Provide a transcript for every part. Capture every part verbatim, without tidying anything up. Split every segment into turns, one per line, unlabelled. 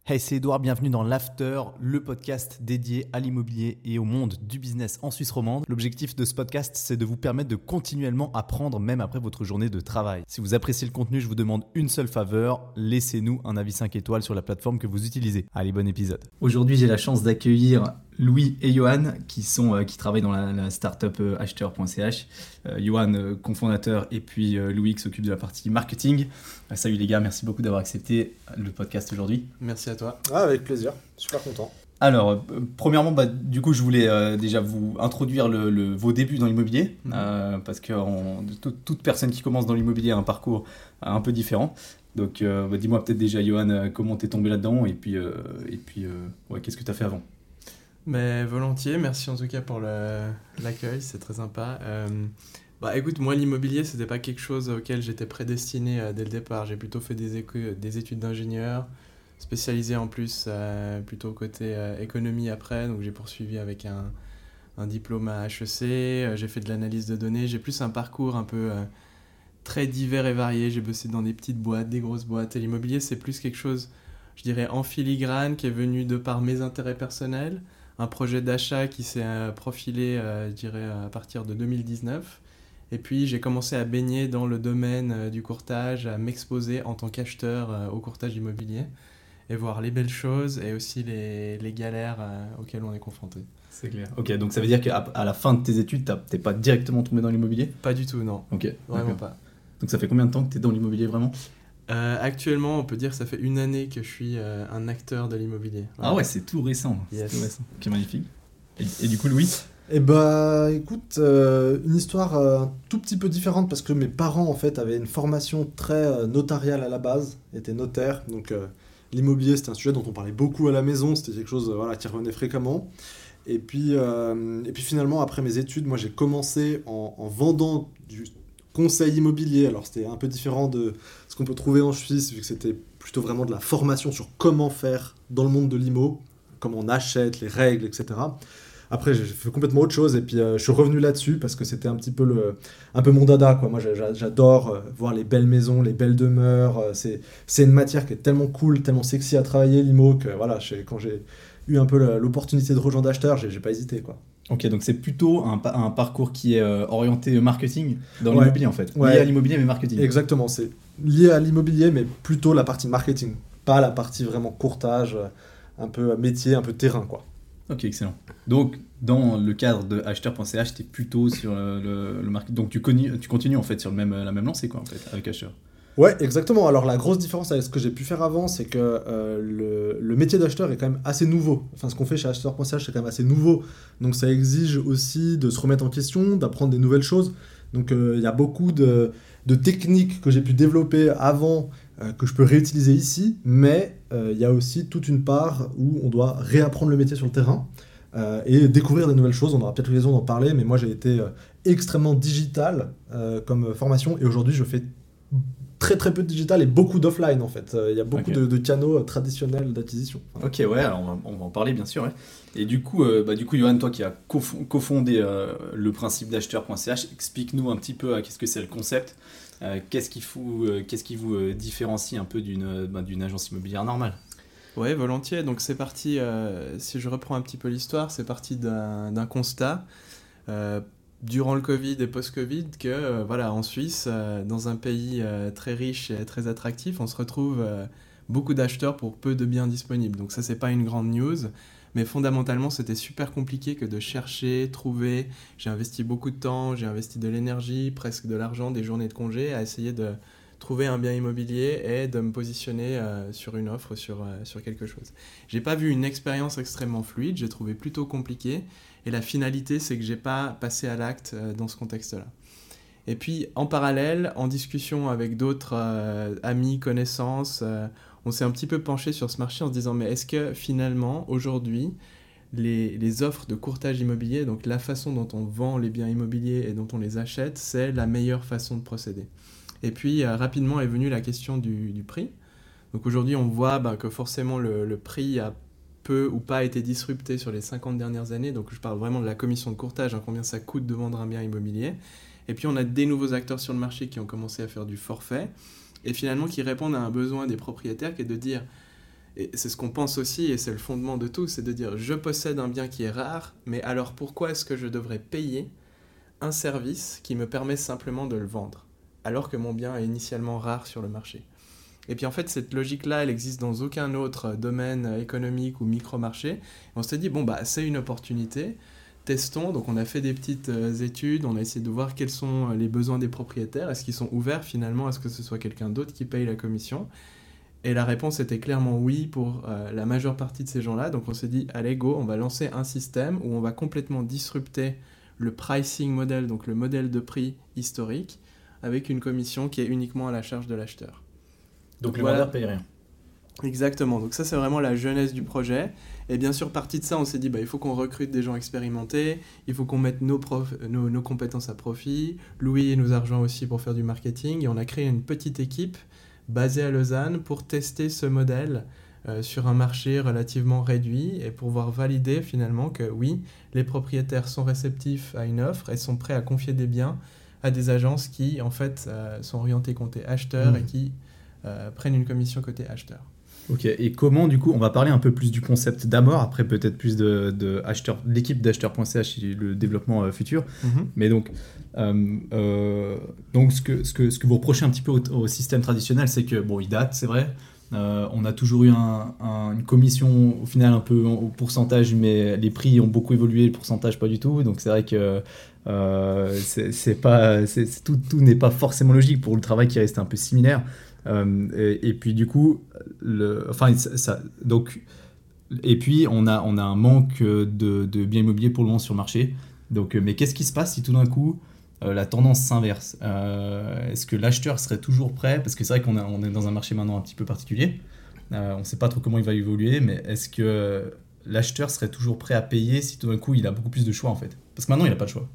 Hey, c'est Edouard, bienvenue dans l'After, le podcast dédié à l'immobilier et au monde du business en Suisse romande. L'objectif de ce podcast, c'est de vous permettre de continuellement apprendre même après votre journée de travail. Si vous appréciez le contenu, je vous demande une seule faveur, laissez-nous un avis cinq étoiles sur la plateforme que vous utilisez. Allez, bon épisode. Aujourd'hui, j'ai la chance d'accueillir Louis et Johan qui, sont, euh, qui travaillent dans la, la startup euh, acheteur point c h. Euh, Johan, euh, cofondateur, et puis euh, Louis qui s'occupe de la partie marketing. Euh, salut les gars, merci beaucoup d'avoir accepté le podcast aujourd'hui.
Merci à toi.
Ah, avec plaisir, super content.
Alors, euh, premièrement, bah, du coup, je voulais euh, déjà vous introduire le, le, vos débuts dans l'immobilier, mmh. euh, parce que on, tout, toute personne qui commence dans l'immobilier a un parcours un peu différent. Donc, euh, bah, dis-moi peut-être déjà, Johan, euh, comment t'es tombé là-dedans, et puis, euh, et puis euh, ouais, qu'est-ce que t'as fait avant ?
Mais volontiers, merci en tout cas pour le, l'accueil, c'est très sympa. Euh, bah, écoute, moi, l'immobilier, c'était pas quelque chose auquel j'étais prédestiné euh, dès le départ. J'ai plutôt fait des, éco- des études d'ingénieur, spécialisé en plus euh, plutôt côté euh, économie après, donc j'ai poursuivi avec un, un diplôme à H E C, euh, j'ai fait de l'analyse de données, j'ai plus un parcours un peu euh, très divers et varié, j'ai bossé dans des petites boîtes, des grosses boîtes, et l'immobilier c'est plus quelque chose, je dirais, en filigrane, qui est venu de par mes intérêts personnels, un projet d'achat qui s'est euh, profilé, euh, je dirais, à partir de deux mille dix-neuf, et puis j'ai commencé à baigner dans le domaine euh, du courtage, à m'exposer en tant qu'acheteur euh, au courtage immobilier, et voir les belles choses et aussi les, les galères euh, auxquelles on est confronté.
C'est clair. Ok, donc ça veut dire qu'à à la fin de tes études, t'es pas directement tombé dans l'immobilier ?
Pas du tout, non.
Ok.
Vraiment
d'accord.
pas.
Donc ça fait combien de temps que t'es dans l'immobilier vraiment ?
euh, Actuellement, on peut dire que ça fait une année que je suis euh, un acteur de l'immobilier.
Voilà. Ah ouais, c'est tout récent.
Yes.
C'est tout récent. Ok, magnifique. Et, et du coup, Louis ?
Eh bah, écoute, euh, une histoire euh, un tout petit peu différente parce que mes parents, en fait, avaient une formation très euh, notariale à la base, étaient notaires, donc euh, l'immobilier, c'était un sujet dont on parlait beaucoup à la maison, c'était quelque chose euh, voilà, qui revenait fréquemment. Et puis, euh, et puis finalement, après mes études, moi j'ai commencé en, en vendant du conseil immobilier. Alors c'était un peu différent de ce qu'on peut trouver en Suisse, vu que c'était plutôt vraiment de la formation sur comment faire dans le monde de l'immo, comment on achète, les règles, et cetera. Après, j'ai fait complètement autre chose et puis euh, je suis revenu là-dessus parce que c'était un petit peu, le, un peu mon dada, quoi. Moi, j'adore euh, voir les belles maisons, les belles demeures. Euh, c'est, c'est une matière qui est tellement cool, tellement sexy à travailler, l'immo, que voilà, quand j'ai eu un peu la, l'opportunité de rejoindre acheteur, j'ai, j'ai pas hésité, quoi.
Ok, donc c'est plutôt un, un parcours qui est euh, orienté marketing dans
ouais.
l'immobilier en fait.
Ouais.
Lié à l'immobilier mais marketing.
Exactement, c'est lié à l'immobilier mais plutôt la partie marketing, pas la partie vraiment courtage, un peu métier, un peu terrain, quoi.
Ok, excellent. Donc, dans le cadre de acheteur point c h, tu es plutôt sur le, le, le marketing. Donc, tu, connu, tu continues en fait sur le même, la même lancée, quoi, en fait, avec acheteur.
Ouais, exactement. Alors, la grosse différence avec ce que j'ai pu faire avant, c'est que euh, le, le métier d'acheteur est quand même assez nouveau. Enfin, ce qu'on fait chez acheteur point c h, c'est quand même assez nouveau. Donc, ça exige aussi de se remettre en question, d'apprendre des nouvelles choses. Donc, il euh, y a beaucoup de, de techniques que j'ai pu développer avant, euh, que je peux réutiliser ici, mais il euh, y a aussi toute une part où on doit réapprendre le métier sur le terrain euh, et découvrir des nouvelles choses. On aura peut-être l'occasion d'en parler, mais moi j'ai été euh, extrêmement digital euh, comme formation et aujourd'hui je fais très très peu de digital et beaucoup d'offline en fait. Il euh, y a beaucoup okay. de, de canaux euh, traditionnels d'acquisition.
Ok, ouais, alors on va, on va en parler bien sûr. Ouais. Et du coup, euh, bah, du coup, Johan, toi qui as cofondé euh, le principe d'acheteur point c h, explique-nous un petit peu euh, qu'est-ce que c'est le concept. Euh, qu'est-ce, qui vous, euh, qu'est-ce qui vous euh, différencie un peu d'une, euh, bah, d'une agence immobilière normale ?
Oui, volontiers. Donc c'est parti, euh, si je reprends un petit peu l'histoire, c'est parti d'un, d'un constat euh, durant le Covid et post-Covid que euh, voilà, en Suisse, euh, dans un pays euh, très riche et très attractif, on se retrouve euh, beaucoup d'acheteurs pour peu de biens disponibles. Donc ça, c'est pas une grande news. Mais fondamentalement, c'était super compliqué que de chercher, trouver. J'ai investi beaucoup de temps, j'ai investi de l'énergie, presque de l'argent, des journées de congé à essayer de trouver un bien immobilier et de me positionner euh, sur une offre, sur, euh, sur quelque chose. J'ai pas vu une expérience extrêmement fluide, j'ai trouvé plutôt compliqué. Et la finalité, c'est que j'ai pas passé à l'acte euh, dans ce contexte-là. Et puis, en parallèle, en discussion avec d'autres euh, amis, connaissances, euh, on s'est un petit peu penché sur ce marché en se disant mais est-ce que finalement, aujourd'hui, les, les offres de courtage immobilier, donc la façon dont on vend les biens immobiliers et dont on les achète, c'est la meilleure façon de procéder. Et puis, euh, rapidement est venue la question du, du prix. Donc aujourd'hui, on voit bah, que forcément le, le prix a peu ou pas été disrupté sur les cinquante dernières années. Donc je parle vraiment de la commission de courtage, hein, combien ça coûte de vendre un bien immobilier. Et puis on a des nouveaux acteurs sur le marché qui ont commencé à faire du forfait et finalement qui répondent à un besoin des propriétaires qui est de dire Et c'est ce qu'on pense aussi, et c'est le fondement de tout, c'est de dire je possède un bien qui est rare, mais alors pourquoi est-ce que je devrais payer un service qui me permet simplement de le vendre, alors que mon bien est initialement rare sur le marché. Et puis en fait, cette logique-là, elle existe dans aucun autre domaine économique ou micro-marché. On s'est dit, bon, bah, c'est une opportunité, testons. Donc on a fait des petites euh, études, on a essayé de voir quels sont les besoins des propriétaires, est-ce qu'ils sont ouverts finalement à ce que ce soit quelqu'un d'autre qui paye la commission. Et la réponse était clairement oui pour euh, la majeure partie de ces gens-là. Donc on s'est dit, allez go, on va lancer un système où on va complètement disrupter le pricing model, donc le modèle de prix historique, avec une commission qui est uniquement à la charge de l'acheteur.
Donc, donc le
voilà.
vendeur paye rien.
Exactement, donc ça c'est vraiment la jeunesse du projet. Et bien sûr, partie de ça, on s'est dit, bah, il faut qu'on recrute des gens expérimentés, il faut qu'on mette nos, prof... nos, nos compétences à profit. Louis nous a rejoint aussi pour faire du marketing, et on a créé une petite équipe basée à Lausanne pour tester ce modèle euh, sur un marché relativement réduit et pour pouvoir valider finalement que oui, les propriétaires sont réceptifs à une offre et sont prêts à confier des biens à des agences qui en fait euh, sont orientées côté acheteur mmh. et qui euh, prennent une commission côté acheteur.
Ok, et comment du coup, on va parler un peu plus du concept d'Amor, après peut-être plus de, de, acheteur, de l'équipe d'acheteur point c h et le développement euh, futur, mmh. mais donc, euh, euh, donc ce, que, ce, que, ce que vous reprochez un petit peu au, au système traditionnel, c'est que, bon, il date, c'est vrai, euh, on a toujours eu un, un, une commission au final un peu au pourcentage, mais les prix ont beaucoup évolué, le pourcentage pas du tout, donc c'est vrai que euh, c'est, c'est pas, c'est, c'est, tout, tout n'est pas forcément logique pour le travail qui reste un peu similaire. Euh, et, et puis du coup, le, enfin, ça, ça, donc, et puis on a, on a un manque de, de biens immobiliers pour le moment sur le marché. Donc, mais qu'est-ce qui se passe si tout d'un coup euh, la tendance s'inverse ? euh, Est-ce que l'acheteur serait toujours prêt ? Parce que c'est vrai qu'on a, on est dans un marché maintenant un petit peu particulier. Euh, on ne sait pas trop comment il va évoluer, mais est-ce que l'acheteur serait toujours prêt à payer si tout d'un coup il a beaucoup plus de choix en fait ? Parce que maintenant il n'a pas de choix.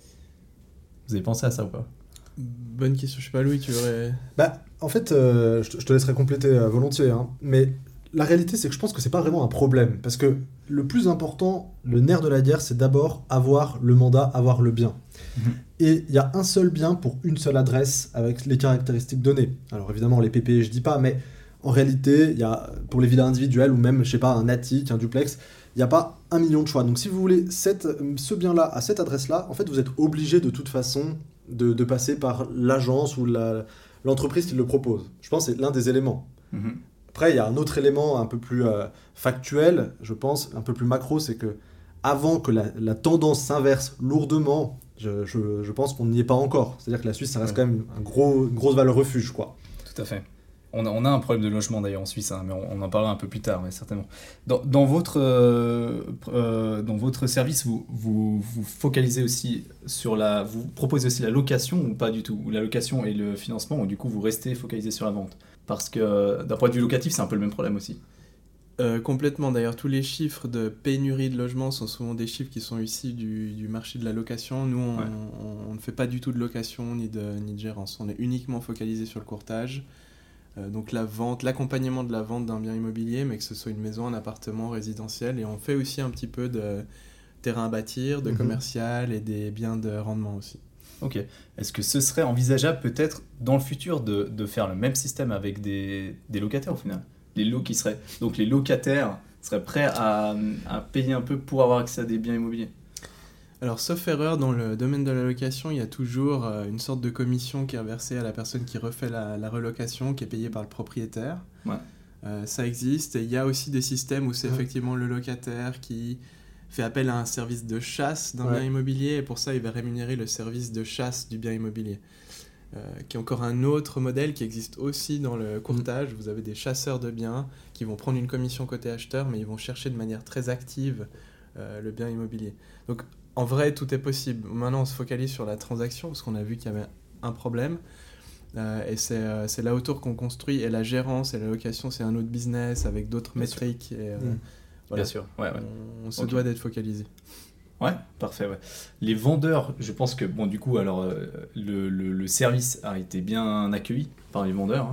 Vous avez pensé à ça ou pas ?
Bonne question, je sais pas Louis, tu aurais...
Bah, en fait, euh, je, te, je te laisserai compléter euh, volontiers, hein, mais la réalité c'est que je pense que c'est pas vraiment un problème, parce que le plus important, le nerf de la guerre, c'est d'abord avoir le mandat, avoir le bien. Mmh. Et il y a un seul bien pour une seule adresse avec les caractéristiques données. Alors évidemment, les P P, je dis pas, mais en réalité, il y a, pour les villas individuelles ou même, je sais pas, un attique, un duplex, il n'y a pas un million de choix. Donc si vous voulez cette, ce bien-là à cette adresse-là, en fait, vous êtes obligé de toute façon de, de passer par l'agence ou la, l'entreprise qui le propose. Je pense que c'est l'un des éléments. Mmh. Après, il y a un autre élément un peu plus euh, factuel, je pense, un peu plus macro, c'est que avant que la, la tendance s'inverse lourdement, je, je, je pense qu'on n'y est pas encore. C'est-à-dire que la Suisse, ça reste ouais. quand même un gros, une grosse valeur refuge, quoi.
Tout à fait. On a, on a un problème de logement d'ailleurs en Suisse, hein, mais on, on en parlera un peu plus tard, mais certainement. Dans, dans, votre, euh, euh, dans votre service, vous, vous, vous focalisez aussi sur la... Vous proposez aussi la location ou pas du tout ? Ou la location et le financement, ou du coup vous restez focalisé sur la vente ? Parce que d'un point de vue locatif, c'est un peu le même problème aussi.
Euh, complètement. D'ailleurs, tous les chiffres de pénurie de logements sont souvent des chiffres qui sont issus du, du marché de la location. Nous, on, ouais. on, on ne fait pas du tout de location ni de, ni de gérance. On est uniquement focalisé sur le courtage. Euh, donc la vente, l'accompagnement de la vente d'un bien immobilier, mais que ce soit une maison, un appartement, résidentiel. Et on fait aussi un petit peu de terrain à bâtir, de mmh. commercial et des biens de rendement aussi.
Ok. Est-ce que ce serait envisageable peut-être dans le futur de, de faire le même système avec des, des locataires au final ? Les lots qui seraient... Donc les locataires seraient prêts à, à payer un peu pour avoir accès à des biens immobiliers ?
Alors, sauf erreur, dans le domaine de la location, il y a toujours euh, une sorte de commission qui est versée à la personne qui refait la, la relocation, qui est payée par le propriétaire. Ouais. Euh, ça existe. Et il y a aussi des systèmes où c'est ouais. effectivement le locataire qui fait appel à un service de chasse d'un ouais. bien immobilier, et pour ça, il va rémunérer le service de chasse du bien immobilier. Euh, qui est encore un autre modèle qui existe aussi dans le courtage. Mmh. Vous avez des chasseurs de biens qui vont prendre une commission côté acheteur, mais ils vont chercher de manière très active euh, le bien immobilier. Donc, en vrai, tout est possible. Maintenant, on se focalise sur la transaction parce qu'on a vu qu'il y avait un problème. Euh, et c'est, euh, c'est là autour qu'on construit. Et la gérance et la location, c'est un autre business avec d'autres Bien métriques. Et, euh,
mmh. voilà. Bien sûr. Ouais, ouais.
On, on se
okay.
doit d'être focalisé.
Ouais, parfait. Ouais. Les vendeurs, je pense que, bon, du coup, alors, euh, le, le, le service a été bien accueilli par les vendeurs. Hein.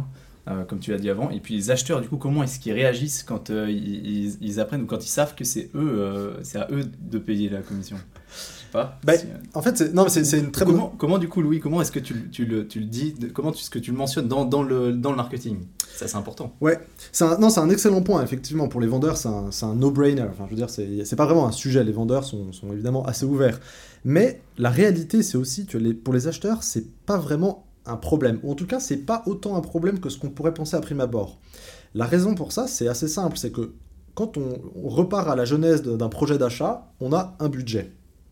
euh, comme tu l'as dit avant. Et puis les acheteurs, du coup, comment est-ce qu'ils réagissent quand euh, ils, ils apprennent ou quand ils savent que c'est eux, euh, c'est à eux de payer la commission? Pas,
bah,
si, euh...
En fait, c'est, non, mais c'est, c'est une très bonne...
Comment, comment du coup, Louis, comment est-ce que tu, tu, le, tu le dis, de, comment est-ce que tu le mentionnes dans, dans, le, dans le marketing? Ça, c'est important.
Ouais, c'est un, non, c'est un excellent point, effectivement. Pour les vendeurs, c'est un, c'est un no-brainer. Enfin, je veux dire, c'est, c'est pas vraiment un sujet. Les vendeurs sont, sont évidemment assez ouverts. Mais la réalité, c'est aussi que les, pour les acheteurs, c'est pas vraiment un problème. Ou en tout cas, c'est pas autant un problème que ce qu'on pourrait penser à prime abord. La raison pour ça, c'est assez simple. C'est que quand on, on repart à la genèse d'un projet d'achat, on a un budget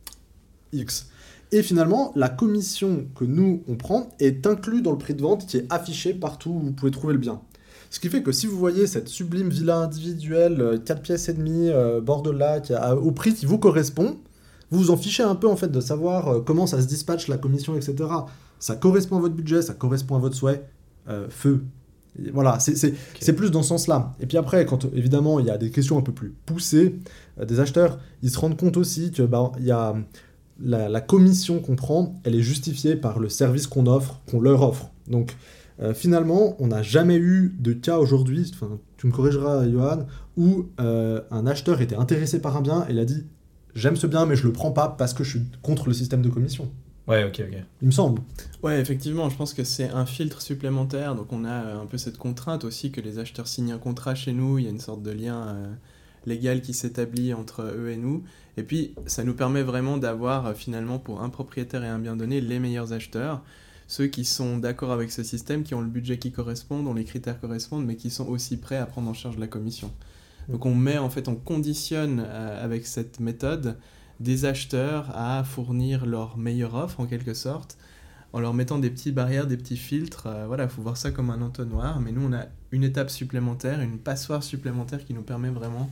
X. Et finalement, la commission que nous, on prend est inclue dans le prix de vente qui est affiché partout où vous pouvez trouver le bien. Ce qui fait que si vous voyez cette sublime villa individuelle, quatre pièces et demie, euh, bord de lac, à, au prix qui vous correspond, vous vous en fichez un peu en fait de savoir euh, comment ça se dispatche, la commission, et cetera. Ça correspond à votre budget, ça correspond à votre souhait, euh, feu. Et voilà, c'est, c'est, okay. c'est plus dans ce sens-là. Et puis après, quand évidemment il y a des questions un peu plus poussées, euh, des acheteurs, ils se rendent compte aussi que bah, y a... La, la commission qu'on prend, elle est justifiée par le service qu'on offre, qu'on leur offre. Donc, euh, finalement, on n'a jamais eu de cas aujourd'hui, tu me corrigeras, Johan, où euh, un acheteur était intéressé par un bien et il a dit « J'aime ce bien, mais je le prends pas parce que je suis contre le système de commission. »
Ouais, ok, ok.
Il me semble.
Ouais, effectivement, je pense que c'est un filtre supplémentaire. Donc, on a un peu cette contrainte aussi que les acheteurs signent un contrat chez nous. Il y a une sorte de lien euh, légal qui s'établit entre eux et nous. Et puis, ça nous permet vraiment d'avoir, euh, finalement, pour un propriétaire et un bien donné, les meilleurs acheteurs. Ceux qui sont d'accord avec ce système, qui ont le budget qui correspond, dont les critères correspondent, mais qui sont aussi prêts à prendre en charge la commission. Donc, on met, en fait, on conditionne euh, avec cette méthode des acheteurs à fournir leur meilleure offre, en quelque sorte, en leur mettant des petites barrières, des petits filtres. Euh, voilà, il faut voir ça comme un entonnoir. Mais nous, on a une étape supplémentaire, une passoire supplémentaire qui nous permet vraiment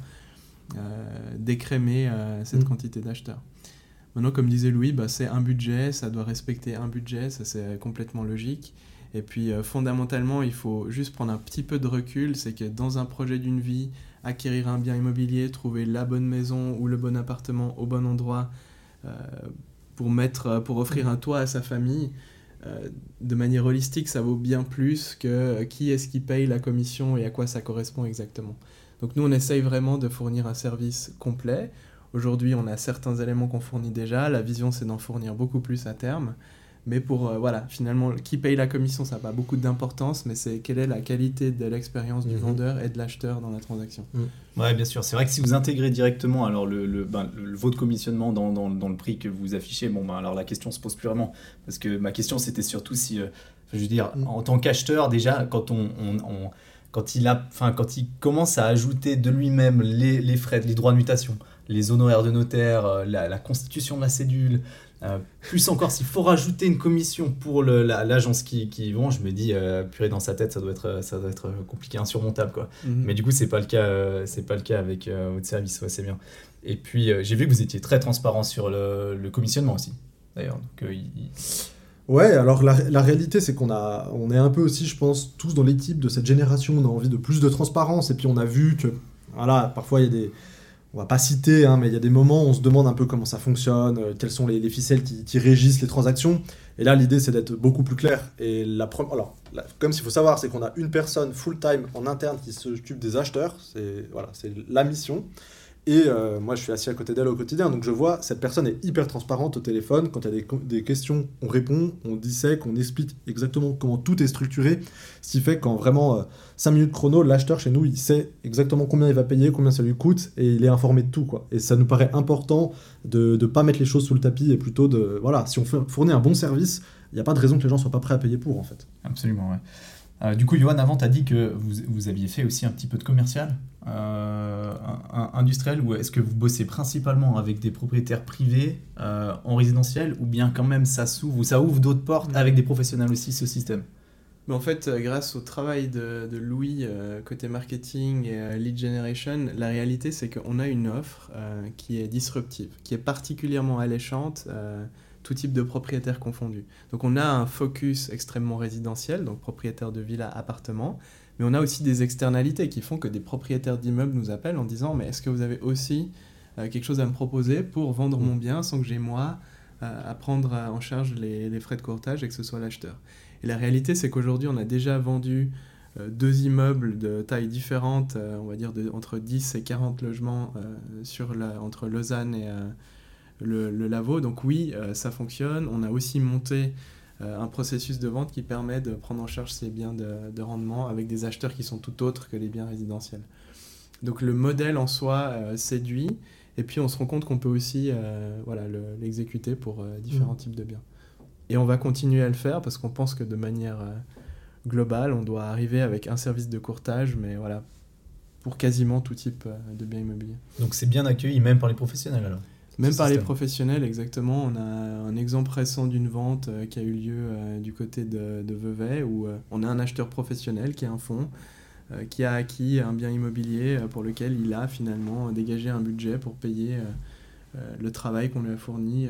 euh, d'écrémer euh, cette mmh. quantité d'acheteurs. Maintenant, comme disait Louis, bah, c'est un budget, ça doit respecter un budget, ça c'est complètement logique. Et puis, euh, fondamentalement, il faut juste prendre un petit peu de recul, c'est que dans un projet d'une vie, acquérir un bien immobilier, trouver la bonne maison ou le bon appartement au bon endroit euh, pour, mettre, pour offrir un toit à sa famille, euh, de manière holistique, ça vaut bien plus que euh, qui est-ce qui paye la commission et à quoi ça correspond exactement. Donc nous, on essaye vraiment de fournir un service complet. Aujourd'hui, on a certains éléments qu'on fournit déjà. La vision, c'est d'en fournir beaucoup plus à terme. Mais pour, euh, voilà, finalement, qui paye la commission, ça n'a pas beaucoup d'importance, mais c'est quelle est la qualité de l'expérience du mmh. vendeur et de l'acheteur dans la transaction.
Mmh. Oui, bien sûr. C'est vrai que si vous intégrez directement alors, le, le, ben, le, le votre commissionnement dans, dans, dans le prix que vous affichez, bon, ben, alors la question se pose plus vraiment. Parce que ma question, c'était surtout si, euh, je veux dire, mmh. en tant qu'acheteur, déjà, quand on... on, on Quand il, a, quand il commence à ajouter de lui-même les, les frais, les droits de mutation, les honoraires de notaire, la, la constitution de la cédule, euh, plus encore s'il faut rajouter une commission pour le, la, l'agence qui, qui vend, je me dis, euh, purée, dans sa tête, ça doit être, ça doit être compliqué, insurmontable, quoi. Mm-hmm. Mais du coup, c'est pas le cas, euh, c'est pas le cas avec euh, votre service, ouais, c'est bien. Et puis, euh, j'ai vu que vous étiez très transparent sur le, le commissionnement aussi, d'ailleurs. Donc, euh, il...
Ouais, alors la, la réalité, c'est qu'on a, on est un peu aussi, je pense, tous dans l'équipe de cette génération, on a envie de plus de transparence, et puis on a vu que, voilà, parfois il y a des, on va pas citer, hein, mais il y a des moments où on se demande un peu comment ça fonctionne, euh, quelles sont les, les ficelles qui, qui régissent les transactions, et là l'idée c'est d'être beaucoup plus clair. Et la première, alors, la, comme s'il faut savoir, c'est qu'on a une personne full-time en interne qui s'occupe des acheteurs, c'est, voilà, c'est la mission. Et euh, moi, je suis assis à côté d'elle au quotidien, donc je vois, cette personne est hyper transparente au téléphone. Quand il y a des, des questions, on répond, on dissèque, on explique exactement comment tout est structuré. Ce qui fait qu'en vraiment euh, cinq minutes chrono, l'acheteur chez nous, il sait exactement combien il va payer, combien ça lui coûte, et il est informé de tout, quoi. Et ça nous paraît important de ne pas mettre les choses sous le tapis, et plutôt de... Voilà, si on fournit un bon service, il n'y a pas de raison que les gens ne soient pas prêts à payer pour, en fait.
Absolument, ouais. Euh, du coup, Johan, avant, tu as dit que vous, vous aviez fait aussi un petit peu de commercial, euh, un, un, industriel, ou est-ce que vous bossez principalement avec des propriétaires privés euh, en résidentiel, ou bien quand même ça s'ouvre, ou ça ouvre d'autres portes mmh. avec des professionnels aussi, ce système ?
Mais en fait, euh, grâce au travail de, de Louis, euh, côté marketing et euh, lead generation, la réalité, c'est qu'on a une offre euh, qui est disruptive, qui est particulièrement alléchante, euh, tout type de propriétaires confondus. Donc on a un focus extrêmement résidentiel, donc propriétaires de villas, appartements, mais on a aussi des externalités qui font que des propriétaires d'immeubles nous appellent en disant « mais est-ce que vous avez aussi euh, quelque chose à me proposer pour vendre mon bien sans que j'ai moi euh, à prendre en charge les, les frais de courtage et que ce soit l'acheteur ?» Et la réalité, c'est qu'aujourd'hui, on a déjà vendu euh, deux immeubles de taille différente, euh, on va dire de, entre dix et quarante logements euh, sur la, entre Lausanne et euh, le, le Lavaux. Donc oui, euh, ça fonctionne. On a aussi monté euh, un processus de vente qui permet de prendre en charge ces biens de, de rendement avec des acheteurs qui sont tout autres que les biens résidentiels. Donc le modèle en soi euh, séduit, et puis on se rend compte qu'on peut aussi euh, voilà, le, l'exécuter pour euh, différents mmh. types de biens. Et on va continuer à le faire parce qu'on pense que de manière euh, globale, on doit arriver avec un service de courtage, mais voilà, pour quasiment tout type euh, de biens immobiliers.
Donc c'est bien accueilli même par les professionnels alors?
Même par les professionnels, exactement. On a un exemple récent d'une vente euh, qui a eu lieu euh, du côté de, de Vevey, où euh, on a un acheteur professionnel qui a un fonds, euh, qui a acquis un bien immobilier euh, pour lequel il a finalement dégagé un budget pour payer euh, euh, le travail qu'on lui a fourni euh,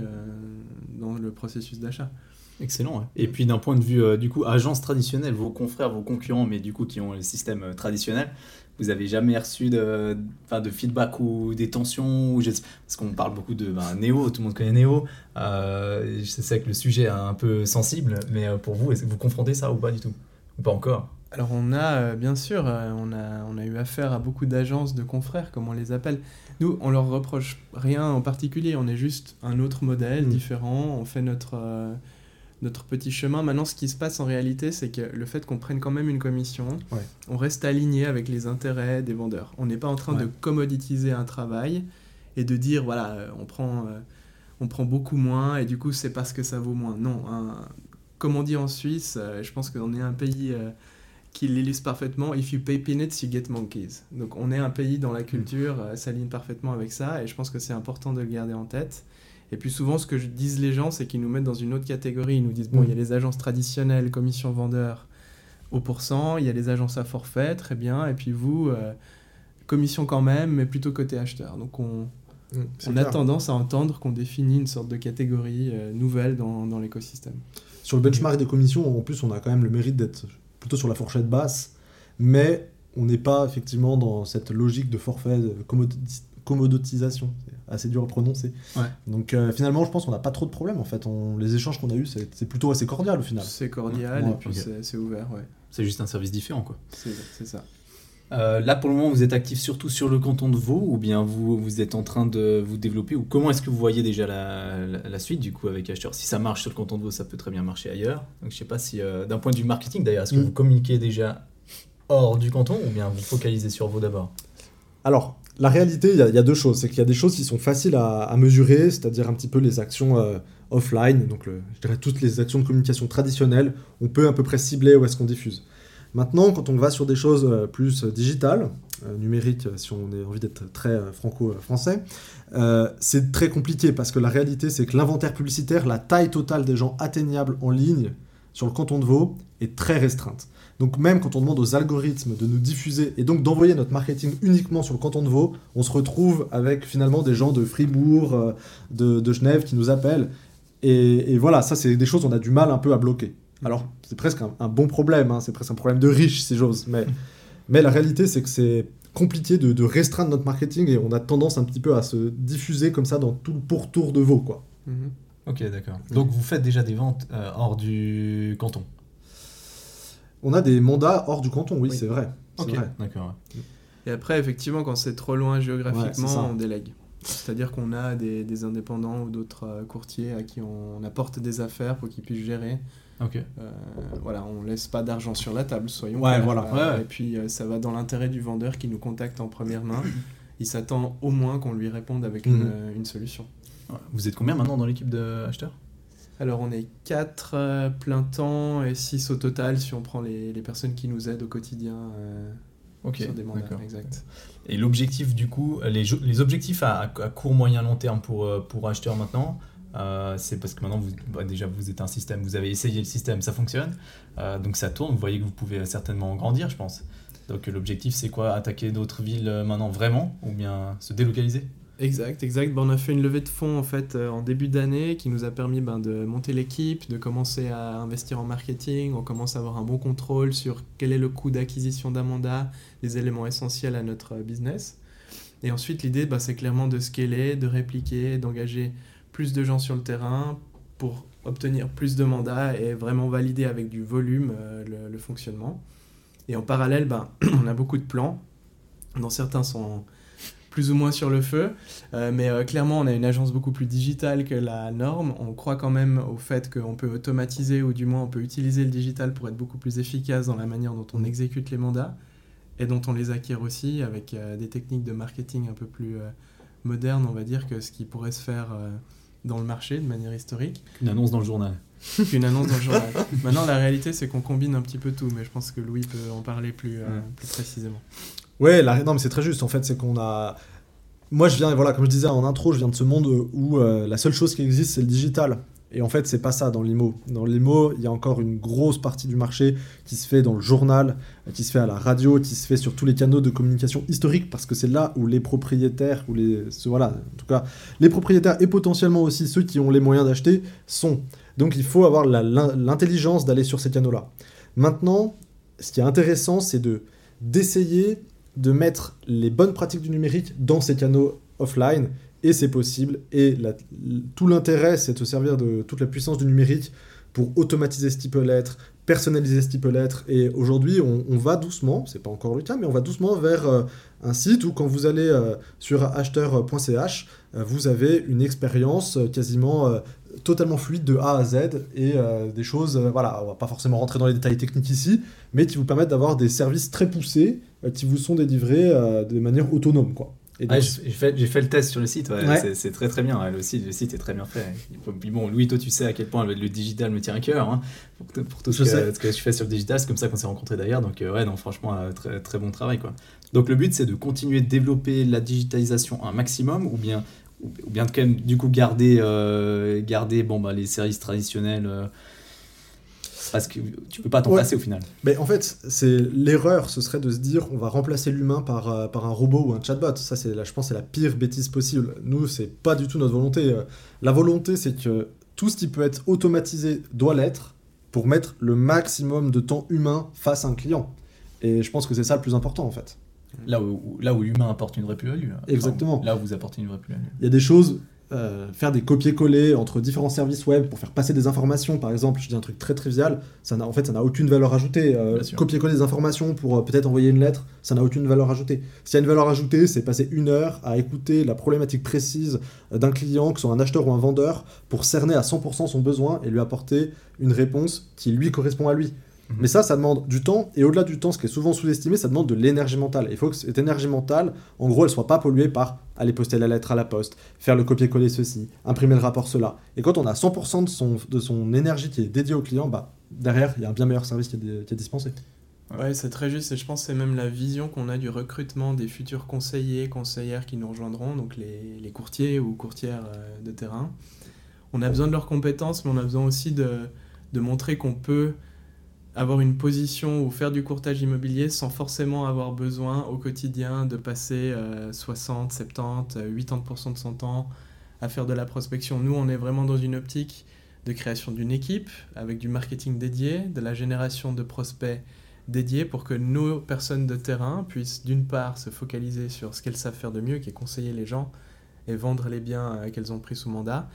dans le processus d'achat.
Excellent. Ouais. Et puis d'un point de vue euh, du coup agence traditionnelle, vos confrères, vos concurrents, mais du coup qui ont les systèmes euh, traditionnels, vous avez jamais reçu de, de feedback ou des tensions ou je sais, parce qu'on parle beaucoup de ben, Néo, tout le monde connaît Néo. Euh, je sais que le sujet est un peu sensible, mais pour vous, est-ce que vous confrontez ça ou pas du tout? Ou pas encore?
Alors on a, euh, bien sûr, euh, on, a, on a eu affaire à beaucoup d'agences de confrères, comme on les appelle. Nous, on leur reproche rien en particulier, on est juste un autre modèle, mmh. différent, on fait notre... Euh, notre petit chemin. Maintenant, ce qui se passe en réalité, c'est que le fait qu'on prenne quand même une commission, ouais. on reste aligné avec les intérêts des vendeurs. On n'est pas en train ouais. de commoditiser un travail et de dire, voilà, on prend, euh, on prend beaucoup moins et du coup, c'est parce que ça vaut moins. Non, un, comme on dit en Suisse, euh, je pense qu'on est un pays euh, qui l'illustre parfaitement. If you pay peanuts, you get monkeys. Donc, on est un pays dont la culture euh, s'aligne parfaitement avec ça et je pense que c'est important de le garder en tête. Et puis souvent, ce que disent les gens, c'est qu'ils nous mettent dans une autre catégorie. Ils nous disent, bon, il mmh. y a les agences traditionnelles, commission vendeur au pourcent, il y a les agences à forfait, très bien, et puis vous, euh, commission quand même, mais plutôt côté acheteur. Donc on, mmh, on a tendance à entendre qu'on définit une sorte de catégorie euh, nouvelle dans, dans l'écosystème.
Sur le benchmark des commissions, en plus, on a quand même le mérite d'être plutôt sur la fourchette basse, mais on n'est pas effectivement dans cette logique de forfait, de commodité. Commodotisation, c'est assez dur à prononcer. Ouais. Donc euh, finalement, je pense qu'on n'a pas trop de problèmes en fait. On, les échanges qu'on a eus, c'est, c'est plutôt assez cordial au final.
C'est cordial ouais. et puis okay. c'est, c'est ouvert, ouais.
C'est juste un service différent, quoi.
C'est, c'est ça.
Euh, là, pour le moment, vous êtes actif surtout sur le canton de Vaud ou bien vous, vous êtes en train de vous développer ou comment est-ce que vous voyez déjà la, la, la suite du coup avec Acheteur? Si ça marche sur le canton de Vaud, ça peut très bien marcher ailleurs. Donc je sais pas si, euh, d'un point de vue marketing d'ailleurs, est-ce que mmh. vous communiquez déjà hors du canton ou bien vous focalisez sur Vaud d'abord?
Alors, la réalité, il y, y a deux choses. C'est qu'il y a des choses qui sont faciles à, à mesurer, c'est-à-dire un petit peu les actions euh, offline, donc le, je dirais toutes les actions de communication traditionnelles. On peut à peu près cibler où est-ce qu'on diffuse. Maintenant, quand on va sur des choses euh, plus digitales, euh, numériques, si on a envie d'être très euh, franco-français, euh, c'est très compliqué parce que la réalité, c'est que l'inventaire publicitaire, la taille totale des gens atteignables en ligne sur le canton de Vaud est très restreinte. Donc même quand on demande aux algorithmes de nous diffuser et donc d'envoyer notre marketing uniquement sur le canton de Vaud, on se retrouve avec finalement des gens de Fribourg, euh, de, de Genève qui nous appellent. Et, et voilà, ça c'est des choses qu'on a du mal un peu à bloquer. Alors c'est presque un, un bon problème, hein, c'est presque un problème de riche si j'ose. Mais, mais la réalité c'est que c'est compliqué de, de restreindre notre marketing et on a tendance un petit peu à se diffuser comme ça dans tout le pourtour de Vaud, quoi.
Mm-hmm. Ok, d'accord. Donc vous faites déjà des ventes euh, hors du canton?
On a des mandats hors du canton, oui, oui. c'est vrai. C'est
okay.
vrai.
D'accord. Ouais.
Et après, effectivement, quand c'est trop loin géographiquement, ouais, on délègue. C'est-à-dire qu'on a des, des indépendants ou d'autres euh, courtiers à qui on, on apporte des affaires pour qu'ils puissent gérer.
Ok.
Euh, voilà, on laisse pas d'argent sur la table, soyons
ouais,
clairs.
Voilà.
Euh,
ouais, ouais.
Et puis, euh, ça va dans l'intérêt du vendeur qui nous contacte en première main. Il s'attend au moins qu'on lui réponde avec mmh. une, une solution.
Ouais. Vous êtes combien maintenant dans l'équipe d'acheteurs ?
Alors on est quatre euh, plein temps et six au total si on prend les, les personnes qui nous aident au quotidien euh,
okay,
sur des mandats.
D'accord.
Exact.
Et l'objectif du coup, les, les objectifs à, à court, moyen, long terme pour, pour acheteurs maintenant, euh, c'est parce que maintenant vous, bah déjà vous êtes un système, vous avez essayé le système, ça fonctionne, euh, donc ça tourne, vous voyez que vous pouvez certainement grandir je pense. Donc l'objectif c'est quoi, attaquer d'autres villes maintenant vraiment ou bien se délocaliser ?
Exact, exact. Ben, on a fait une levée de fonds en fait euh, en début d'année qui nous a permis ben, de monter l'équipe, de commencer à investir en marketing. On commence à avoir un bon contrôle sur quel est le coût d'acquisition d'un mandat, des éléments essentiels à notre business. Et ensuite, l'idée, ben, c'est clairement de scaler, de répliquer, d'engager plus de gens sur le terrain pour obtenir plus de mandats et vraiment valider avec du volume euh, le, le fonctionnement. Et en parallèle, ben, on a beaucoup de plans, dont certains sont plus ou moins sur le feu, euh, mais euh, clairement on a une agence beaucoup plus digitale que la norme. On croit quand même au fait qu'on peut automatiser, ou du moins on peut utiliser le digital pour être beaucoup plus efficace dans la manière dont on exécute les mandats et dont on les acquiert aussi, avec euh, des techniques de marketing un peu plus euh, modernes, on va dire, que ce qui pourrait se faire euh, dans le marché de manière historique.
Une annonce dans le journal.
Une annonce dans le journal. Maintenant la réalité c'est qu'on combine un petit peu tout, mais je pense que Louis peut en parler plus, euh, plus précisément.
Ouais, la... non mais c'est très juste, en fait, c'est qu'on a... Moi je viens, voilà, comme je disais en intro, je viens de ce monde où euh, la seule chose qui existe c'est le digital. Et en fait c'est pas ça dans l'I M O. Dans l'I M O, il y a encore une grosse partie du marché qui se fait dans le journal, qui se fait à la radio, qui se fait sur tous les canaux de communication historiques, parce que c'est là où les propriétaires, ou les... voilà, en tout cas, les propriétaires et potentiellement aussi ceux qui ont les moyens d'acheter sont. Donc il faut avoir la... l'intelligence d'aller sur ces canaux-là. Maintenant, ce qui est intéressant, c'est de... d'essayer de mettre les bonnes pratiques du numérique dans ces canaux offline, et c'est possible, et la, tout l'intérêt c'est de se servir de toute la puissance du numérique pour automatiser ce qui peut l'être, personnaliser ce qui peut l'être, et aujourd'hui on, on va doucement, c'est pas encore le cas, mais on va doucement vers euh, un site où quand vous allez euh, sur acheteur point c h, euh, vous avez une expérience euh, quasiment euh, totalement fluide de A à Z, et euh, des choses, euh, voilà, on va pas forcément rentrer dans les détails techniques ici, mais qui vous permettent d'avoir des services très poussés euh, qui vous sont délivrés euh, de manière autonome, quoi.
Et donc... ouais, j'ai, fait, j'ai fait le test sur le site, ouais, ouais. C'est, c'est très très bien, ouais, le, site, le site est très bien fait. Puis bon, Louis, toi tu sais à quel point le, le digital me tient à cœur, hein, pour, pour tout ce que, ce que je fais sur le digital, c'est comme ça qu'on s'est rencontrés d'ailleurs, donc euh, ouais, non, franchement, euh, très, très bon travail, quoi. Donc le but c'est de continuer de développer la digitalisation un maximum, ou bien, ou, ou bien de quand même du coup garder, euh, garder bon, bah, les services traditionnels, euh, parce que tu peux pas t'en ouais. passer au final.
Mais en fait, c'est l'erreur, ce serait de se dire on va remplacer l'humain par, euh, par un robot ou un chatbot. Ça, c'est, là, je pense, c'est la pire bêtise possible. Nous, c'est pas du tout notre volonté. La volonté, c'est que tout ce qui peut être automatisé doit l'être pour mettre le maximum de temps humain face à un client. Et je pense que c'est ça le plus important, en fait.
Là où, là où l'humain apporte une vraie plus-value.
Exactement.
Enfin, là où vous apportez une vraie plus-value.
Il y a des choses... Euh, faire des copier-coller entre différents services web pour faire passer des informations, par exemple, je dis un truc très trivial, ça n'a, en fait ça n'a aucune valeur ajoutée. Euh, copier-coller des informations pour euh, peut-être envoyer une lettre, ça n'a aucune valeur ajoutée. S'il y a une valeur ajoutée, c'est passer une heure à écouter la problématique précise d'un client, que ce soit un acheteur ou un vendeur, pour cerner à cent pour cent son besoin et lui apporter une réponse qui lui correspond à lui. Mais ça, ça demande du temps, et au-delà du temps, ce qui est souvent sous-estimé, ça demande de l'énergie mentale. Il faut que cette énergie mentale, en gros, elle soit pas polluée par aller poster la lettre à la poste, faire le copier-coller ceci, imprimer le rapport cela. Et quand on a cent pour cent de son, de son énergie qui est dédiée au client, bah, derrière, il y a un bien meilleur service qui est, qui est dispensé.
Ouais, c'est très juste, et je pense que c'est même la vision qu'on a du recrutement des futurs conseillers, conseillères qui nous rejoindront, donc les, les courtiers ou courtières de terrain. On a besoin de leurs compétences, mais on a besoin aussi de, de montrer qu'on peut avoir une position ou faire du courtage immobilier sans forcément avoir besoin au quotidien de passer euh, soixante, soixante-dix, quatre-vingts pour cent de son temps à faire de la prospection. Nous, on est vraiment dans une optique de création d'une équipe avec du marketing dédié, de la génération de prospects dédiés pour que nos personnes de terrain puissent d'une part se focaliser sur ce qu'elles savent faire de mieux, qui est conseiller les gens et vendre les biens euh, qu'elles ont pris sous mandat,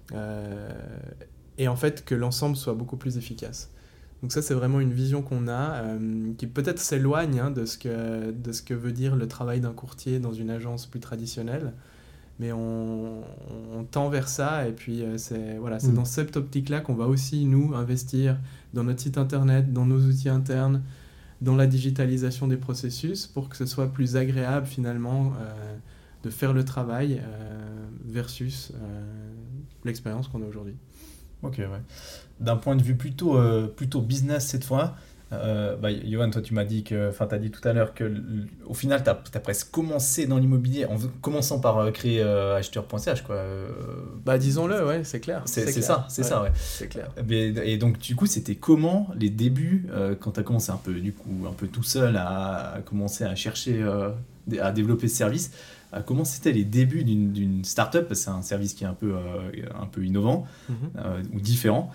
euh, et en fait que l'ensemble soit beaucoup plus efficace. Donc ça, c'est vraiment une vision qu'on a, euh, qui peut-être s'éloigne hein, de, ce que, de ce que veut dire le travail d'un courtier dans une agence plus traditionnelle, mais on, on tend vers ça, et puis euh, c'est, voilà, c'est mmh. dans cette optique-là qu'on va aussi, nous, investir dans notre site internet, dans nos outils internes, dans la digitalisation des processus, pour que ce soit plus agréable, finalement, euh, de faire le travail euh, versus euh, l'expérience qu'on a aujourd'hui.
Ok, ouais. D'un point de vue plutôt, euh, plutôt business cette fois, euh, bah, Johan, toi tu m'as dit que, enfin t'as dit tout à l'heure que au final t'as, t'as presque commencé dans l'immobilier en commençant par euh, créer euh, acheteur point c h quoi. Euh,
bah disons-le, ouais, c'est clair.
C'est,
c'est,
c'est
clair.
ça, c'est ouais, ça, ouais.
C'est clair.
Mais, et donc du coup c'était comment les débuts euh, quand t'as commencé un peu du coup un peu tout seul à, à commencer à chercher, euh, à développer ce service. Comment c'était les débuts d'une, d'une start-up, parce que c'est un service qui est un peu, euh, un peu innovant mm-hmm. euh, ou différent,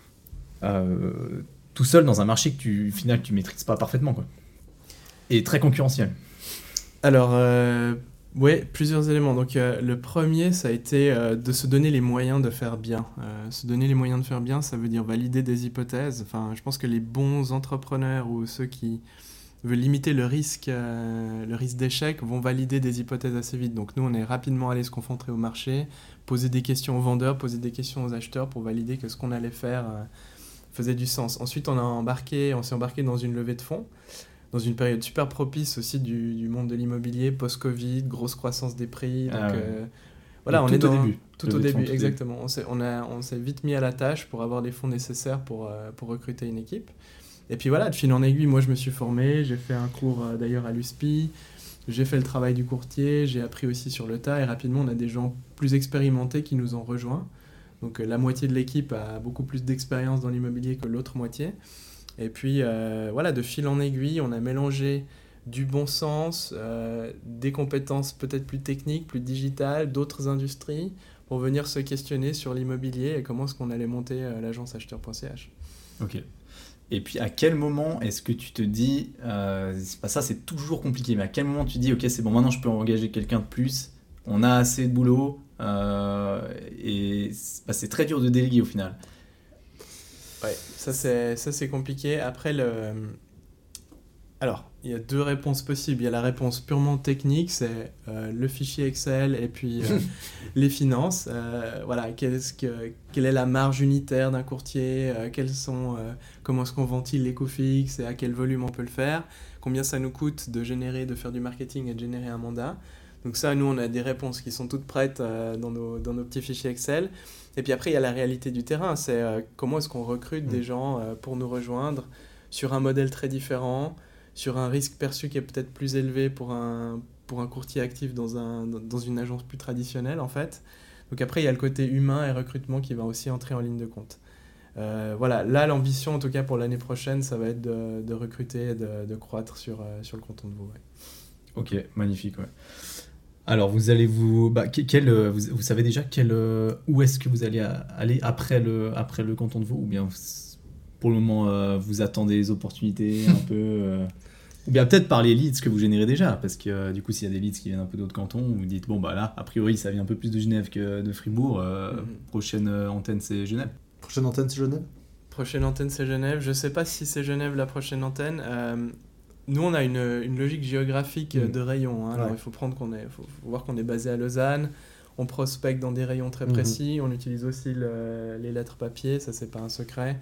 euh, tout seul dans un marché que tu, au final, tu ne maîtrises pas parfaitement, quoi. Et très concurrentiel.
Alors, euh, oui, plusieurs éléments. Donc, euh, le premier, ça a été euh, de se donner les moyens de faire bien. Euh, se donner les moyens de faire bien, ça veut dire valider des hypothèses. Enfin, je pense que les bons entrepreneurs ou ceux qui veut limiter le risque, euh, le risque d'échec, vont valider des hypothèses assez vite. Donc nous, on est rapidement allé se confronter au marché, poser des questions aux vendeurs, poser des questions aux acheteurs pour valider que ce qu'on allait faire euh, faisait du sens. Ensuite, on a embarqué, on s'est embarqué dans une levée de fonds, dans une période super propice aussi du, du monde de l'immobilier, post-Covid, grosse croissance des prix. Donc,
ah ouais.
euh, voilà,
donc,
on
tout
est dans,
au début.
Tout
Levée
au
de
début,
fonds, tout
exactement. On s'est, on, a, on s'est vite mis à la tâche pour avoir les fonds nécessaires pour, euh, pour recruter une équipe. Et puis voilà, de fil en aiguille, moi je me suis formé, j'ai fait un cours euh, d'ailleurs à l'U S P I, j'ai fait le travail du courtier, j'ai appris aussi sur le tas, et rapidement on a des gens plus expérimentés qui nous ont rejoints. Donc euh, la moitié de l'équipe a beaucoup plus d'expérience dans l'immobilier que l'autre moitié. Et puis euh, voilà, de fil en aiguille, on a mélangé du bon sens, euh, des compétences peut-être plus techniques, plus digitales, d'autres industries, pour venir se questionner sur l'immobilier et comment est-ce qu'on allait monter euh, l'agence acheteur point c h.
Ok. Et puis à quel moment est-ce que tu te dis, euh, c'est pas ça, c'est toujours compliqué, mais à quel moment tu dis, ok, c'est bon, maintenant je peux engager quelqu'un de plus, on a assez de boulot, euh, et c'est, bah, c'est très dur de déléguer au final.
Ouais, ça c'est, ça c'est compliqué. Après, le... alors, il y a deux réponses possibles. Il y a la réponse purement technique, c'est euh, le fichier Excel et puis euh, les finances. Euh, voilà, qu'est-ce que, quelle est la marge unitaire d'un courtier, euh, quels sont, euh, comment est-ce qu'on ventile les coûts fixes et à quel volume on peut le faire, combien ça nous coûte de générer, de faire du marketing et de générer un mandat. Donc ça, nous, on a des réponses qui sont toutes prêtes euh, dans, nos, dans nos petits fichiers Excel. Et puis après, il y a la réalité du terrain. C'est euh, comment est-ce qu'on recrute mmh. des gens euh, pour nous rejoindre sur un modèle très différent, sur un risque perçu qui est peut-être plus élevé pour un, pour un courtier actif dans, un, dans une agence plus traditionnelle, en fait. Donc après, il y a le côté humain et recrutement qui va aussi entrer en ligne de compte. Euh, voilà, là, l'ambition, en tout cas pour l'année prochaine, ça va être de, de recruter et de, de croître sur, euh, sur le canton de Vaud. Ouais.
Ok, magnifique, ouais. Alors, vous allez vous... Bah, quel, vous, vous savez déjà quel, où est-ce que vous allez aller après le, après le canton de Vaud, ou bien pour le moment, euh, vous attendez les opportunités un peu euh... Ou bien peut-être par les leads que vous générez déjà, parce que euh, du coup, s'il y a des leads qui viennent un peu d'autres cantons, vous dites, bon, bah là, a priori, ça vient un peu plus de Genève que de Fribourg. Euh, mm-hmm. Prochaine euh, antenne, c'est Genève.
Prochaine antenne, c'est Genève
Prochaine antenne, c'est Genève. Je ne sais pas si c'est Genève la prochaine antenne. Euh, nous, on a une, une logique géographique mmh. de rayon. Hein. Ouais. Alors, il faut, prendre qu'on est, faut, faut voir qu'on est basé à Lausanne. On prospecte dans des rayons très précis. Mmh. On utilise aussi le, les lettres papier. Ça, ce n'est pas un secret.